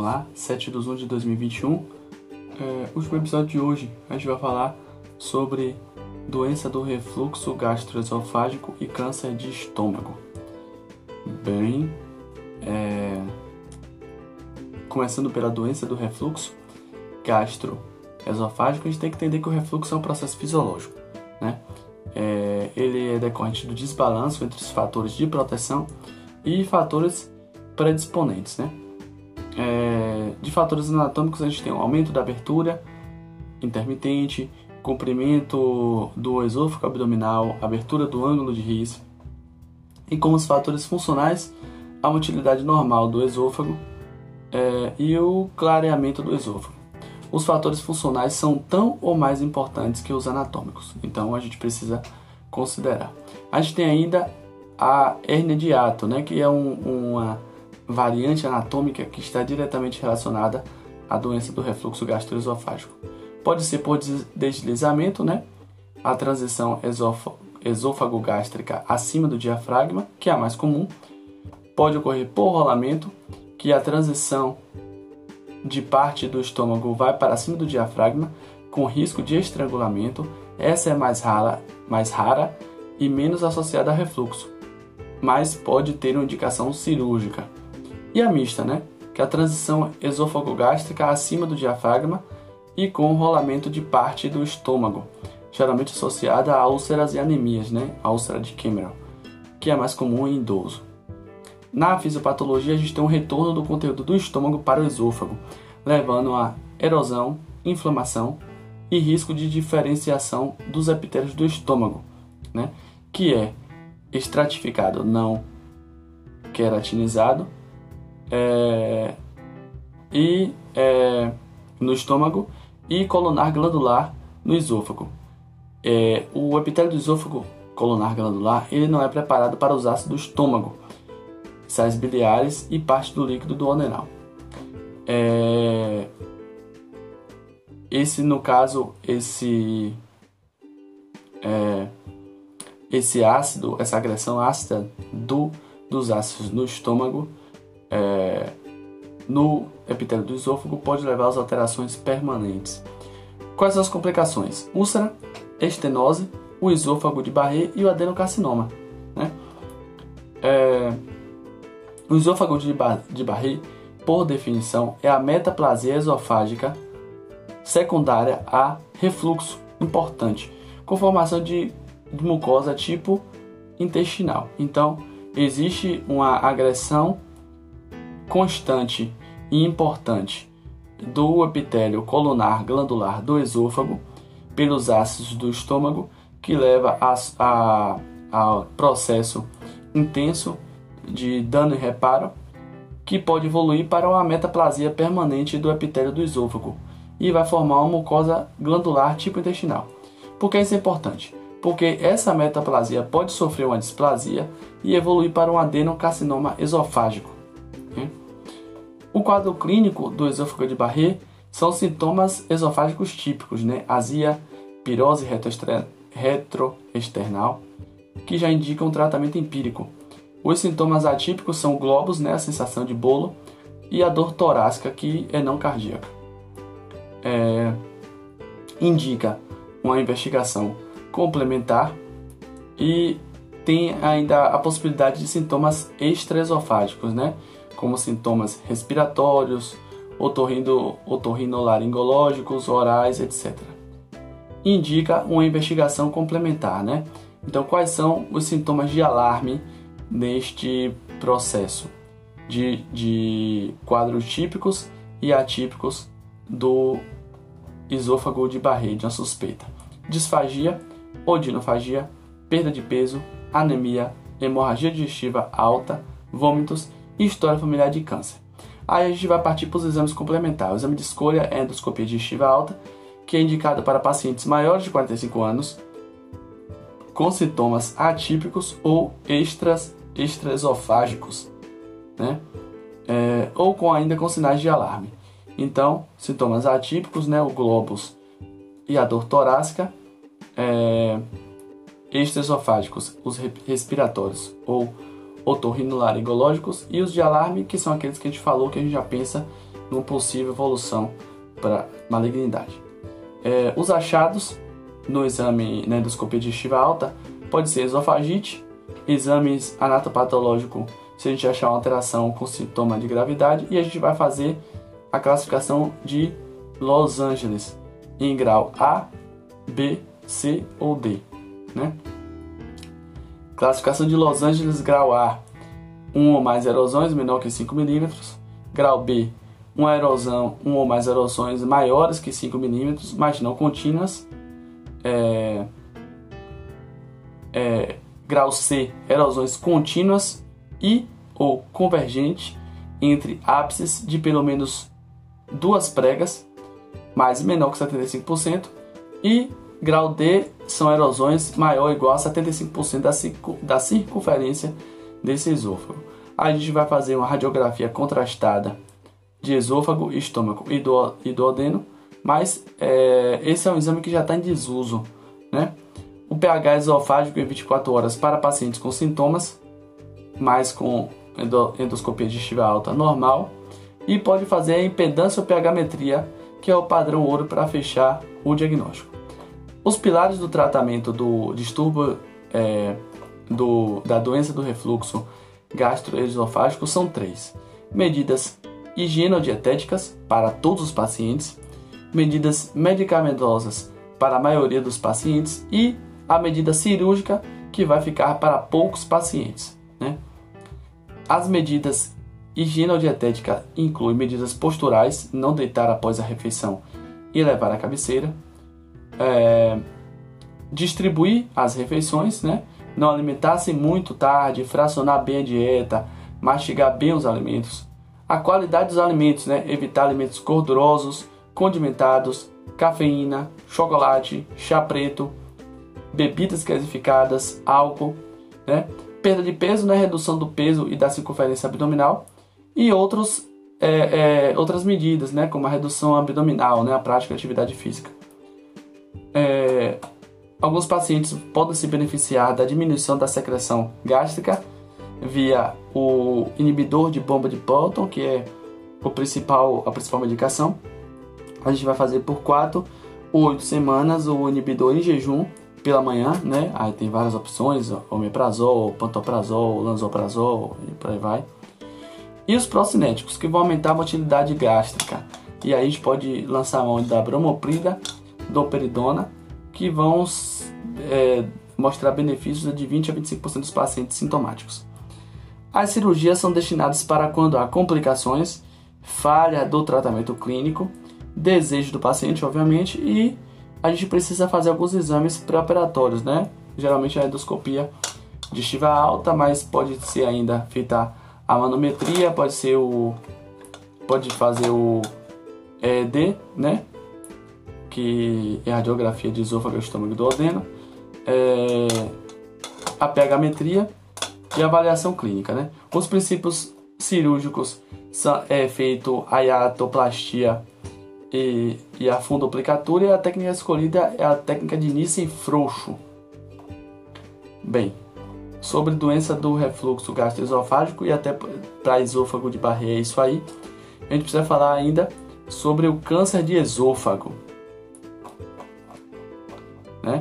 lá, 7/1 de 2021. Último episódio de hoje, a gente vai falar sobre doença do refluxo gastroesofágico e câncer de estômago. Bem, começando pela doença do refluxo gastroesofágico, a gente tem que entender que o refluxo é um processo fisiológico, né? Ele é decorrente do desbalanço entre os fatores de proteção e fatores predisponentes, né? De fatores anatômicos, a gente tem o aumento da abertura intermitente, comprimento do esôfago abdominal, abertura do ângulo de Rhis, e como os fatores funcionais, a motilidade normal do esôfago e o clareamento do esôfago. Os fatores funcionais são tão ou mais importantes que os anatômicos, então a gente precisa considerar. A gente tem ainda a hérnia de hiato, né, que é uma variante anatômica que está diretamente relacionada à doença do refluxo gastroesofágico. Pode ser por deslizamento, né, a transição esôfago-gástrica acima do diafragma, que é a mais comum. Pode ocorrer por rolamento, que a transição de parte do estômago vai para cima do diafragma, com risco de estrangulamento. Essa é mais rara e menos associada a refluxo, mas pode ter uma indicação cirúrgica. E a mista, né? Que é a transição esôfago-gástrica acima do diafragma e com rolamento de parte do estômago, geralmente associada a úlceras e anemias, né? A úlcera de Kemmerer, que é mais comum em idoso. Na fisiopatologia, a gente tem um retorno do conteúdo do estômago para o esôfago, levando a erosão, inflamação e risco de diferenciação dos epitélios do estômago, né? Que é estratificado não queratinizado no estômago e colunar glandular no esôfago. O epitélio do esôfago colunar glandular ele não é preparado para os ácidos do estômago, sais biliares e parte do líquido do duodenal. Esse ácido, essa agressão ácida dos ácidos no estômago, no epitélio do esôfago, pode levar às alterações permanentes. Quais são as complicações? Úlcera, estenose, o esôfago de Barré e o adenocarcinoma, né? O esôfago de Barré, por definição, é a metaplasia esofágica secundária a refluxo importante, com formação de mucosa tipo intestinal. Então, existe uma agressão constante e importante do epitélio colunar glandular do esôfago pelos ácidos do estômago, que leva a processo intenso de dano e reparo, que pode evoluir para uma metaplasia permanente do epitélio do esôfago e vai formar uma mucosa glandular tipo intestinal. Por que isso é importante? Porque essa metaplasia pode sofrer uma displasia e evoluir para um adenocarcinoma esofágico. O quadro clínico do esôfago de Barré são sintomas esofágicos típicos, né? Azia, pirose retroesternal, que já indicam um tratamento empírico. Os sintomas atípicos são globos, né? A sensação de bolo, e a dor torácica, que é não cardíaca. Indica uma investigação complementar e tem ainda a possibilidade de sintomas extraesofágicos, né? Como sintomas respiratórios, otorrinolaringológicos, orais, etc. Indica uma investigação complementar, né? Então, quais são os sintomas de alarme neste processo de quadros típicos e atípicos do esôfago de Barré, de uma suspeita? Disfagia, odinofagia, perda de peso, anemia, hemorragia digestiva alta, vômitos e história familiar de câncer. Aí a gente vai partir para os exames complementares. O exame de escolha é a endoscopia digestiva alta, que é indicada para pacientes maiores de 45 anos com sintomas atípicos ou extraesofágicos, né? Ou com sinais de alarme. Então, sintomas atípicos, né? O globus e a dor torácica, extraesofágicos, os respiratórios ou otorrinolaringológicos, e os de alarme, que são aqueles que a gente falou, que a gente já pensa numa possível evolução para malignidade. Os achados no exame na endoscopia digestiva alta pode ser esofagite, exames anatopatológicos se a gente achar uma alteração com sintoma de gravidade, e a gente vai fazer a classificação de Los Angeles em grau A, B, C ou D, né? Classificação de Los Angeles grau A: 1 ou mais erosões menor que 5 mm. Grau B: uma erosão, 1 ou mais erosões maiores que 5 mm, mas não contínuas. Grau C: erosões contínuas e ou convergente entre ápices de pelo menos 2 pregas, mas menor que 75%. E grau D são erosões maior ou igual a 75% da circunferência desse esôfago. A gente vai fazer uma radiografia contrastada de esôfago, estômago e duodeno, mas esse é um exame que já está em desuso, né? O pH esofágico em 24 horas para pacientes com sintomas, mas com endoscopia digestiva alta normal, e pode fazer a impedância ou pH-metria, que é o padrão ouro para fechar o diagnóstico. Os pilares do tratamento do distúrbio da doença do refluxo gastroesofágico são 3: medidas higienodietéticas para todos os pacientes, medidas medicamentosas para a maioria dos pacientes e a medida cirúrgica, que vai ficar para poucos pacientes, né? As medidas higienodietéticas incluem medidas posturais: não deitar após a refeição e levar a cabeceira, distribuir as refeições, né? Não alimentar-se muito tarde, fracionar bem a dieta, mastigar bem os alimentos. A qualidade dos alimentos, né? Evitar alimentos gordurosos, condimentados, cafeína, chocolate, chá preto, bebidas gasificadas, álcool, né? Perda de peso, né? Redução do peso e da circunferência abdominal, e outras medidas, né? Como a redução abdominal, né? A prática de atividade física. Alguns pacientes podem se beneficiar da diminuição da secreção gástrica via o inibidor de bomba de Bolton, que é a principal medicação. A gente vai fazer por 4 ou 8 semanas o inibidor em jejum pela manhã, né? Aí tem várias opções: omeprazol, pantoprazol, lansoprazol e por aí vai. E os procinéticos, que vão aumentar a motilidade gástrica. E aí a gente pode lançar a mão da bromoprida, domperidona, que vão mostrar benefícios de 20 a 25% dos pacientes sintomáticos. As cirurgias são destinadas para quando há complicações, falha do tratamento clínico, desejo do paciente, obviamente, e a gente precisa fazer alguns exames pré-operatórios, né? Geralmente a endoscopia digestiva alta, mas pode ser ainda feita a manometria, pode fazer o ED, né? Que é a radiografia de esôfago, estômago e duodeno, a pH-metria e a avaliação clínica, né? Os princípios cirúrgicos são feito a hiatoplastia e a fundoplicatura, e a técnica escolhida é a técnica de Nissen frouxo. Bem, sobre doença do refluxo gastroesofágico e até para esôfago de Barré, é isso aí. A gente precisa falar ainda sobre o câncer de esôfago, né?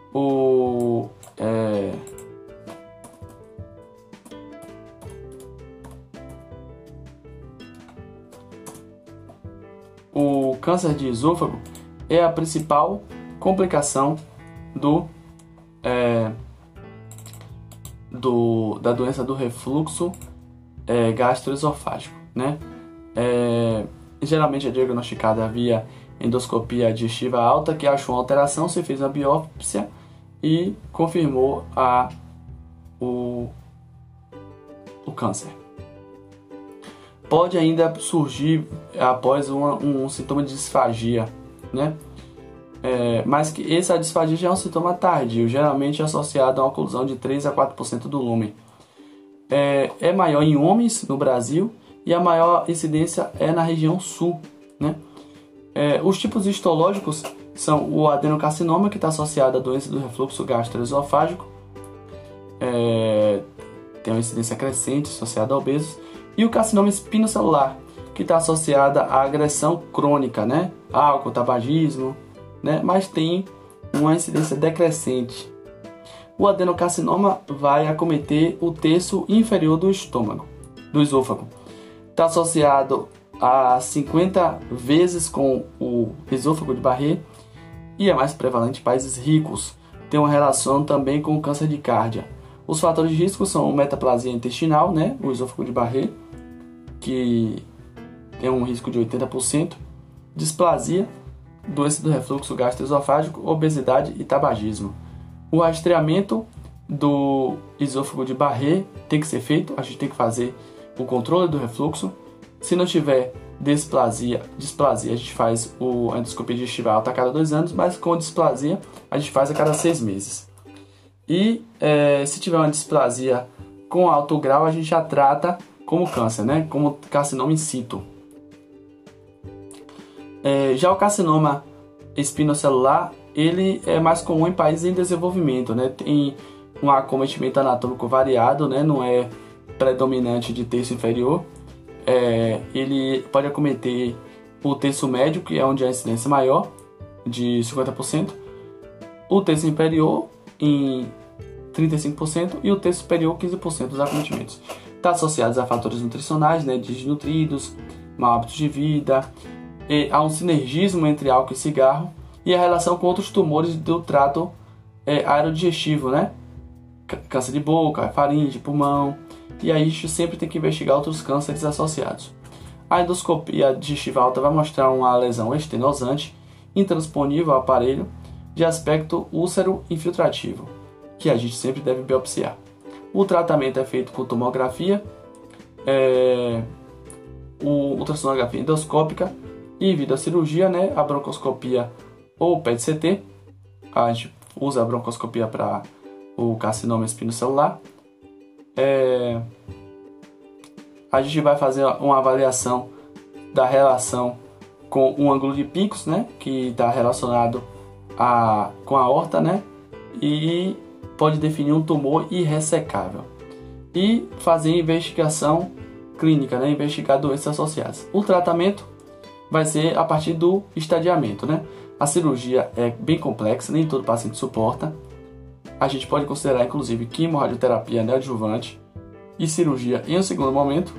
O câncer de esôfago é a principal complicação da doença do refluxo gastroesofágico, né? Geralmente é diagnosticada via endoscopia digestiva alta, que achou uma alteração, se fez uma biópsia e confirmou o câncer. Pode ainda surgir após um sintoma de disfagia, né? Mas que essa disfagia já é um sintoma tardio, geralmente associado a uma oclusão de 3 a 4% do lúmen. É maior em homens no Brasil e a maior incidência é na região sul, né? Os tipos histológicos são o adenocarcinoma, que está associado à doença do refluxo gastroesofágico, tem uma incidência crescente associada a obesos, e o carcinoma espinocelular, que está associada à agressão crônica, né? Álcool, tabagismo, né? Mas tem uma incidência decrescente. O adenocarcinoma vai acometer o terço inferior do esôfago. Está associado a 50 vezes com o esôfago de Barré e é mais prevalente em países ricos. Tem uma relação também com o câncer de cárdia. Os fatores de risco são metaplasia intestinal, né? O esôfago de Barré, que tem um risco de 80%, displasia, doença do refluxo gastroesofágico, obesidade e tabagismo. O rastreamento do esôfago de Barré tem que ser feito, a gente tem que fazer o controle do refluxo. Se não tiver displasia, a gente faz a endoscopia digestiva a cada 2 anos, mas com displasia a gente faz a cada 6 meses. E se tiver uma displasia com alto grau, a gente já trata como câncer, né? Como carcinoma in situ. Já o carcinoma espinocelular, ele é mais comum em países em desenvolvimento, né? Tem um acometimento anatômico variado, né? Não é predominante de terço inferior. Ele pode acometer o terço médio, que é onde a incidência é maior, de 50%, o terço inferior em 35% e o terço superior 15% dos acometimentos. Está associado a fatores nutricionais, né? Desnutridos, mau hábito de vida, há um sinergismo entre álcool e cigarro e a relação com outros tumores do trato aerodigestivo, né? Câncer de boca, faringe, pulmão. E aí a gente sempre tem que investigar outros cânceres associados. A endoscopia digestiva alta vai mostrar uma lesão estenosante, intransponível ao aparelho, de aspecto úlcero infiltrativo, que a gente sempre deve biopsiar. O tratamento é feito com tomografia, ultrassonografia endoscópica e videocirurgia, né? A broncoscopia ou PET-CT. A gente usa a broncoscopia para o carcinoma espinocelular. A gente vai fazer uma avaliação da relação com um ângulo de picos, né, que está relacionado com a aorta, né, e pode definir um tumor irressecável. E fazer investigação clínica, né, investigar doenças associadas. O tratamento vai ser a partir do estadiamento, né. A cirurgia é bem complexa, nem todo paciente suporta. A gente pode considerar, inclusive, quimio-radioterapia neoadjuvante e cirurgia em um segundo momento.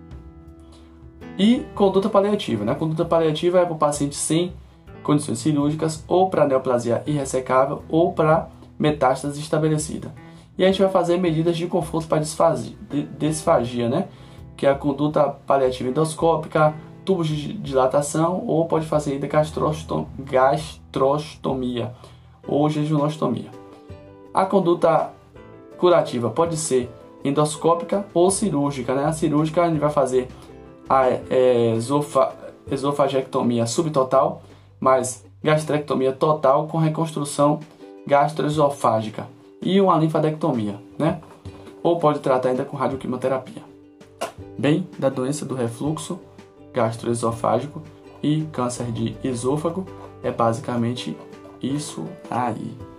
E conduta paliativa, né? Conduta paliativa é para o paciente sem condições cirúrgicas, ou para neoplasia irressecável, ou para metástase estabelecida. E a gente vai fazer medidas de conforto para disfagia, né? Que é a conduta paliativa endoscópica, tubos de dilatação, ou pode fazer ainda gastrostomia ou jejunostomia. A conduta curativa pode ser endoscópica ou cirúrgica, né? A cirúrgica a gente vai fazer a esofagectomia subtotal, mais gastrectomia total com reconstrução gastroesofágica e uma linfadectomia, né? Ou pode tratar ainda com radioquimioterapia. Bem, da doença do refluxo gastroesofágico e câncer de esôfago é basicamente isso aí.